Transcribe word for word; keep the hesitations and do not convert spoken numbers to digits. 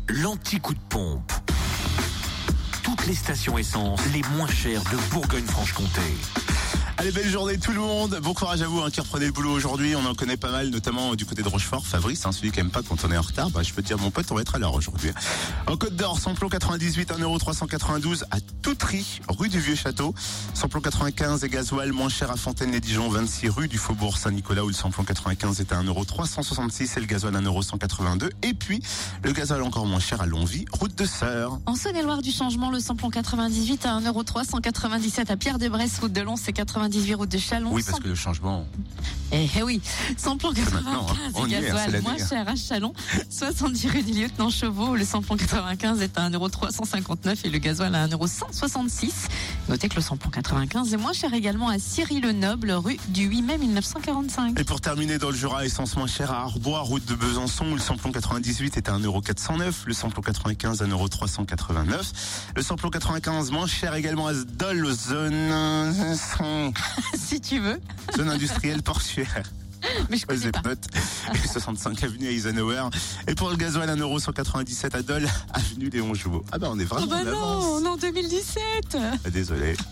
l'anti-coup de pompe. Toutes les stations essence les moins chères de Bourgogne-Franche-Comté. Allez, belle journée tout le monde. Bon courage à vous hein, qui reprenez le boulot aujourd'hui. On en connaît pas mal, notamment du côté de Rochefort. Fabrice, hein, celui qui aime pas quand on est en retard. Bah, je peux te dire, mon pote, on va être à l'heure aujourd'hui. En Côte d'Or, samplon quatre-vingt-dix-huit, un euro trois cent quatre-vingt-douze à Toutry, rue du Vieux-Château. Samplon quatre-vingt-quinze et gasoil moins cher à Fontaine-les-Dijon, vingt-six rue du Faubourg Saint-Nicolas, où le samplon quatre-vingt-quinze est à un euro trois cent soixante-six et le gasoil un euro cent quatre-vingt-deux. Et puis, le gasoil encore moins cher à Longwy, route de Sœur. En Saône-et-Loire du changement, le samplon quatre-vingt-dix-huit à un euro trois cent quatre-vingt-dix-sept à Pierre-de-Bresse, route de Lons, c'est quatre-vingt-dix-huit route de Chalon. Oui, parce que le changement... Eh, eh oui, samplon quatre-vingt-quinze hein. et gasoil est, moins cher à Chalon, soixante-dix rue du Lieutenant Chauveau, le samplon quatre-vingt-quinze est à un euro trois cent cinquante-neuf et le gasoil à un euro cent soixante-six. Notez que le samplon quatre-vingt-quinze est moins cher également à Ciry-le-Noble, rue du huit mai mille neuf cent quarante-cinq. Et pour terminer dans le Jura, essence moins chère à Arbois, route de Besançon, où le samplon quatre-vingt-dix-huit est à un euro quatre cent neuf, le samplon quatre-vingt-quinze à un euro trois cent quatre-vingt-neuf, le samplon quatre-vingt-quinze moins cher également à Sdol, zone... si tu veux. Zone industrielle portuaire. Mais je connais pas. soixante-cinq avenue Eisenhower. Et pour le gasoil, un euro cent quatre-vingt-dix-sept à Dole, avenue Léon Jouveau. Ah bah on est vraiment Oh bah en avance. non, non, deux mille dix-sept. Désolé.